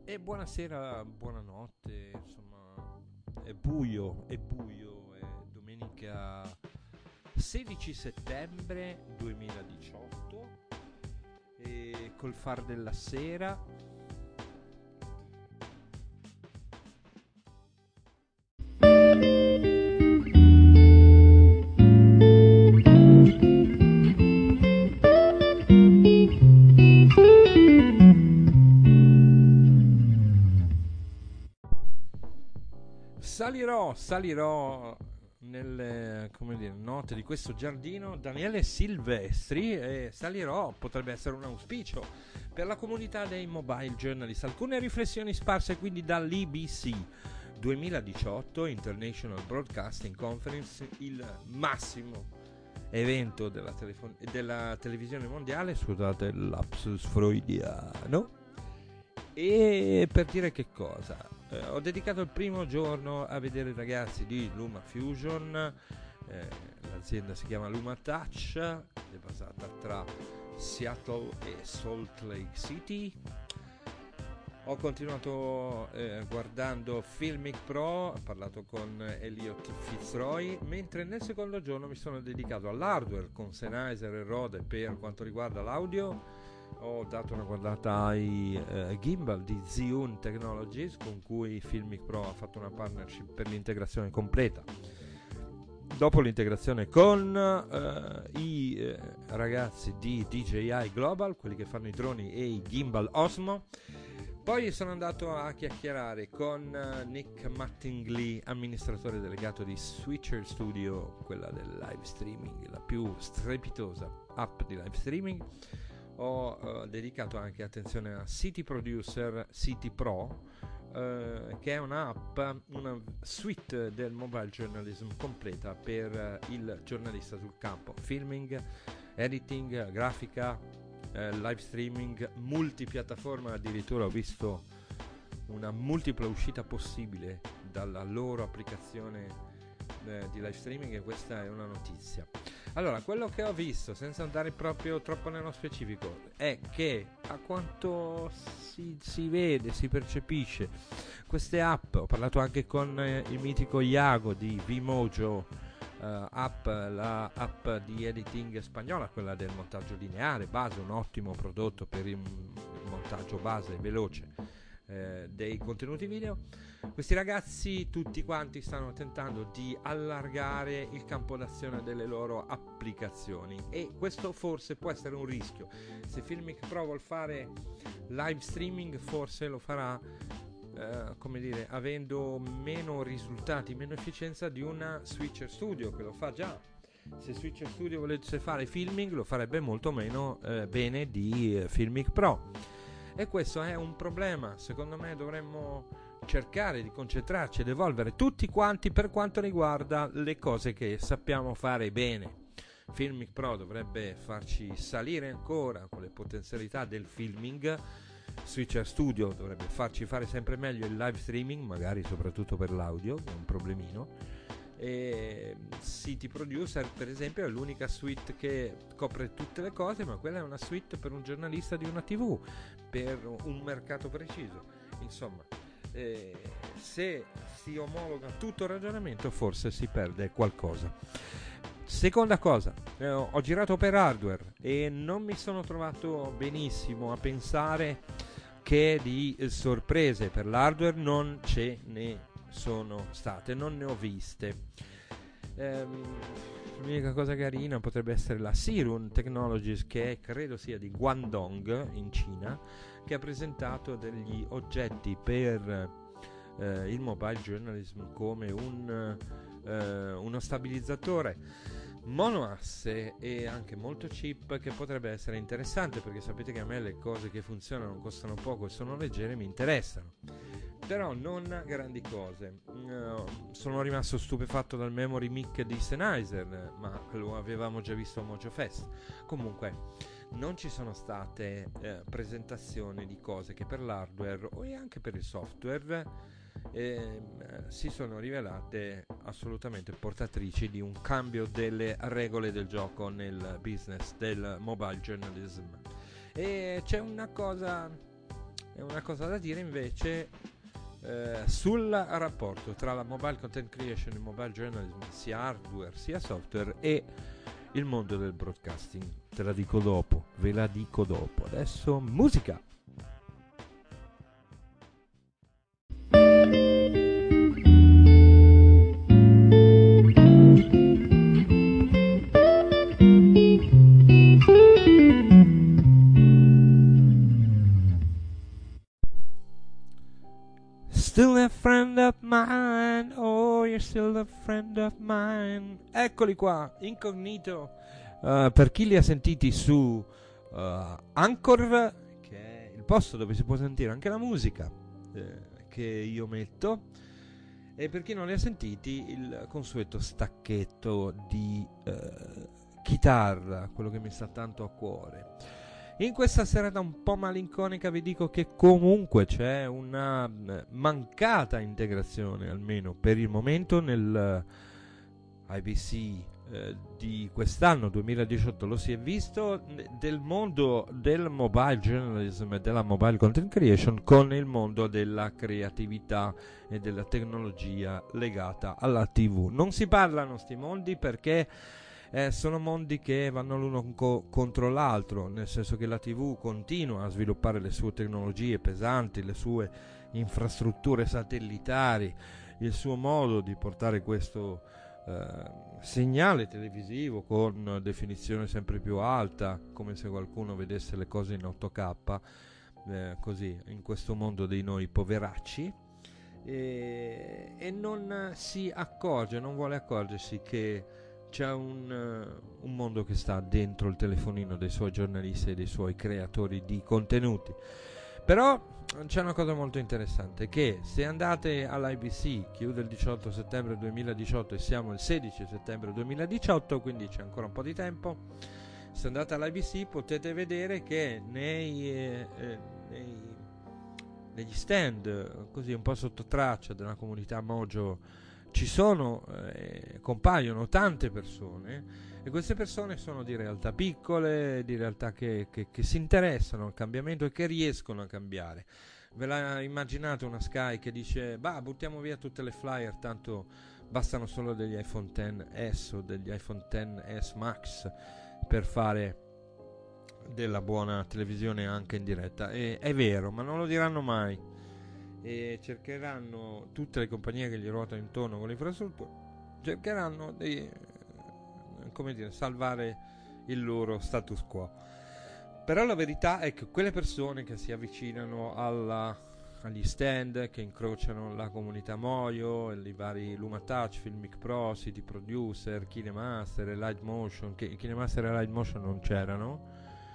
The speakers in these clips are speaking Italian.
E buonasera, buonanotte, insomma, è domenica 16 settembre 2018 e col far della sera. Salirò nelle, come dire, note di questo giardino Daniele Silvestri e salirò, potrebbe essere un auspicio per la comunità dei mobile journalist. Alcune riflessioni sparse quindi dall'IBC 2018 International Broadcasting Conference, il massimo evento della televisione mondiale, scusate il lapsus freudiano. E per dire che cosa? Ho dedicato il primo giorno a vedere i ragazzi di Luma Fusion, l'azienda si chiama Luma Touch, è basata tra Seattle e Salt Lake City. Ho continuato guardando Filmic Pro, ho parlato con Elliot Fitzroy, mentre nel secondo giorno mi sono dedicato all'hardware con Sennheiser e Rode per quanto riguarda l'audio. Ho dato una guardata ai gimbal di Zhiyun Technologies con cui Filmic Pro ha fatto una partnership per l'integrazione completa. Dopo l'integrazione con i ragazzi di DJI Global, quelli che fanno i droni e i gimbal Osmo, poi sono andato a chiacchierare con Nick Mattingly, amministratore delegato di Switcher Studio, quella del live streaming, la più strepitosa app di live streaming. Ho dedicato anche attenzione a City Producer City Pro, che è un'app, una suite del mobile journalism completa per il giornalista sul campo: filming, editing, grafica, live streaming, multipiattaforma. Addirittura ho visto una multipla uscita possibile dalla loro applicazione di live streaming, e questa è una notizia. Allora, quello che ho visto, senza andare proprio troppo nello specifico, è che a quanto si vede, si percepisce, queste app, ho parlato anche con il mitico Iago di Vmojo, la app di editing spagnola, quella del montaggio lineare base, un ottimo prodotto per il montaggio base veloce dei contenuti video. Questi ragazzi tutti quanti stanno tentando di allargare il campo d'azione delle loro applicazioni, e questo forse può essere un rischio. Se Filmic Pro vuol fare live streaming, forse lo farà come dire, avendo meno risultati, meno efficienza di una Switcher Studio che lo fa già. Se Switcher Studio volesse fare filming, lo farebbe molto meno bene di Filmic Pro, e questo è un problema. Secondo me dovremmo cercare di concentrarci ed evolvere tutti quanti per quanto riguarda le cose che sappiamo fare bene. Filmic Pro dovrebbe farci salire ancora con le potenzialità del filming. Switcher Studio dovrebbe farci fare sempre meglio il live streaming, magari soprattutto per l'audio, che è un problemino. E City Producer, per esempio, è l'unica suite che copre tutte le cose, ma quella è una suite per un giornalista di una TV, per un mercato preciso. Insomma, se si omologa tutto il ragionamento, forse si perde qualcosa. Seconda cosa, ho girato per hardware e non mi sono trovato benissimo a pensare che di sorprese per l'hardware non ce ne sono state, non ne ho viste. L'unica cosa carina potrebbe essere la Sirun Technologies, che credo sia di Guangdong in Cina, che ha presentato degli oggetti per il mobile journalism come uno stabilizzatore monoasse e anche molto cheap, che potrebbe essere interessante, perché sapete che a me le cose che funzionano, costano poco e sono leggere mi interessano, però non grandi cose. Sono rimasto stupefatto dal Memory Mic di Sennheiser, ma lo avevamo già visto a Mojo Fest. Comunque non ci sono state presentazioni di cose che per l'hardware e anche per il software si sono rivelate assolutamente portatrici di un cambio delle regole del gioco nel business del mobile journalism. E c'è una cosa è una cosa da dire invece sul rapporto tra la mobile content creation, il mobile journalism, sia hardware sia software, e il mondo del broadcasting. Te la dico dopo, ve la dico dopo. Adesso musica. Still a friend of mine, oh you're still a friend of mine. Eccoli qua, Incognito, per chi li ha sentiti su Anchor, che è il posto dove si può sentire anche la musica che io metto, e per chi non li ha sentiti il consueto stacchetto di chitarra, quello che mi sta tanto a cuore. In questa serata un po' malinconica vi dico che comunque c'è una mancata integrazione, almeno per il momento, nel IBC di quest'anno 2018. Lo si è visto del mondo del mobile journalism e della mobile content creation con il mondo della creatività e della tecnologia legata alla TV. Non si parlano sti mondi perché sono mondi che vanno l'uno contro l'altro, nel senso che la TV continua a sviluppare le sue tecnologie pesanti, le sue infrastrutture satellitari, il suo modo di portare questo segnale televisivo con definizione sempre più alta, come se qualcuno vedesse le cose in 8K, così, in questo mondo dei noi poveracci, e non si accorge, non vuole accorgersi che c'è un mondo che sta dentro il telefonino dei suoi giornalisti e dei suoi creatori di contenuti. Però c'è una cosa molto interessante, che se andate all'IBC, chiude il 18 settembre 2018 e siamo il 16 settembre 2018, quindi c'è ancora un po' di tempo. Se andate all'IBC potete vedere che negli stand, così un po' sotto traccia della comunità Mojo, ci sono, compaiono tante persone, e queste persone sono di realtà piccole, di realtà che si interessano al cambiamento e che riescono a cambiare. Ve la immaginate una Sky che dice: bah, buttiamo via tutte le flyer, tanto bastano solo degli iPhone XS o degli iPhone XS Max per fare della buona televisione anche in diretta. E è vero, ma non lo diranno mai, e cercheranno, tutte le compagnie che gli ruotano intorno con l'infrastruttura cercheranno di salvare il loro status quo. Però la verità è che quelle persone che si avvicinano agli stand, che incrociano la comunità Mojo, i vari Lumatouch, Filmic Pro, City Producer, KineMaster e Light Motion, che KineMaster e Light Motion non c'erano,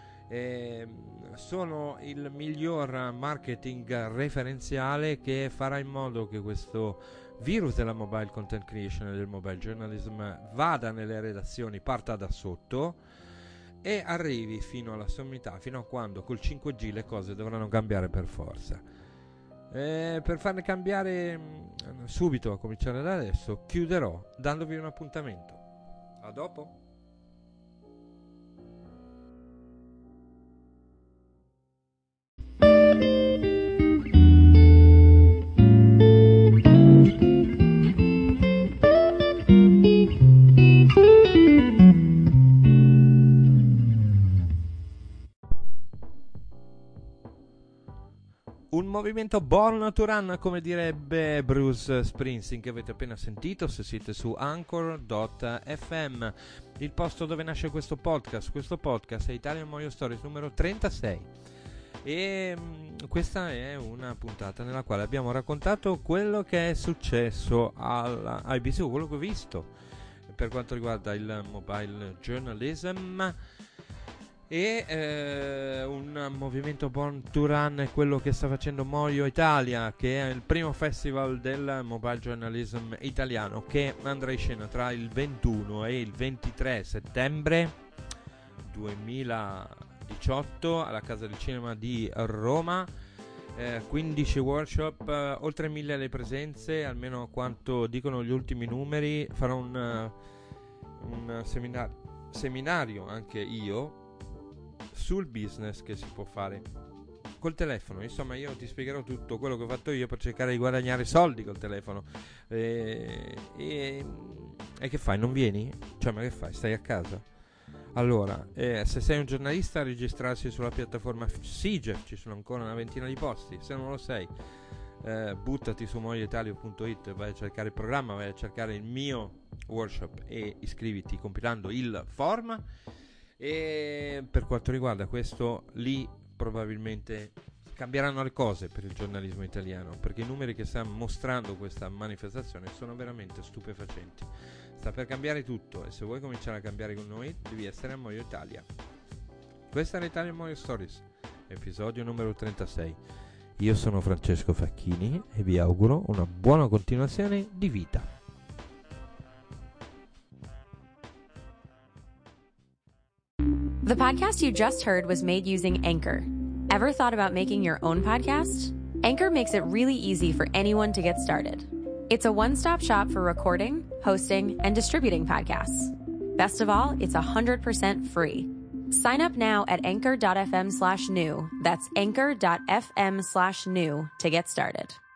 sono il miglior marketing referenziale che farà in modo che questo virus della mobile content creation e del mobile journalism vada nelle redazioni, parta da sotto e arrivi fino alla sommità, fino a quando col 5G le cose dovranno cambiare per forza. Per farle cambiare subito, a cominciare da adesso, chiuderò dandovi un appuntamento. A dopo. Un movimento born to run, come direbbe Bruce Springsteen, che avete appena sentito se siete su Anchor.fm, il posto dove nasce questo podcast. Questo podcast è Italian Mojo Stories numero 36 e questa è una puntata nella quale abbiamo raccontato quello che è successo all'IBC, quello che ho visto per quanto riguarda il mobile journalism. E un movimento Born to Run è quello che sta facendo Mojo Italia, che è il primo festival del mobile journalism italiano, che andrà in scena tra il 21 e il 23 settembre 2018 alla Casa del Cinema di Roma. 15 workshop, oltre 1000 le presenze, almeno quanto dicono gli ultimi numeri. Farò un seminario anche io sul business che si può fare col telefono. Insomma, io ti spiegherò tutto quello che ho fatto io per cercare di guadagnare soldi col telefono. E che fai? Non vieni? Cioè, ma che fai? Stai a casa? Allora, se sei un giornalista, registrarsi sulla piattaforma Sige, ci sono ancora una ventina di posti. Se non lo sei, buttati su moglietalio.it, vai a cercare il programma, vai a cercare il mio workshop e iscriviti compilando il form. E per quanto riguarda questo, lì probabilmente cambieranno le cose per il giornalismo italiano, perché i numeri che sta mostrando questa manifestazione sono veramente stupefacenti. Sta per cambiare tutto, e se vuoi cominciare a cambiare con noi devi essere a Moio Italia. Questa è l'Italia Moio Stories, episodio numero 36. Io sono Francesco Facchini e vi auguro una buona continuazione di vita. The podcast you just heard was made using Anchor. Ever thought about making your own podcast? Anchor makes it really easy for anyone to get started. It's a one-stop shop for recording, hosting, and distributing podcasts. Best of all, it's 100% free. Sign up now at anchor.fm/new. That's anchor.fm/new to get started.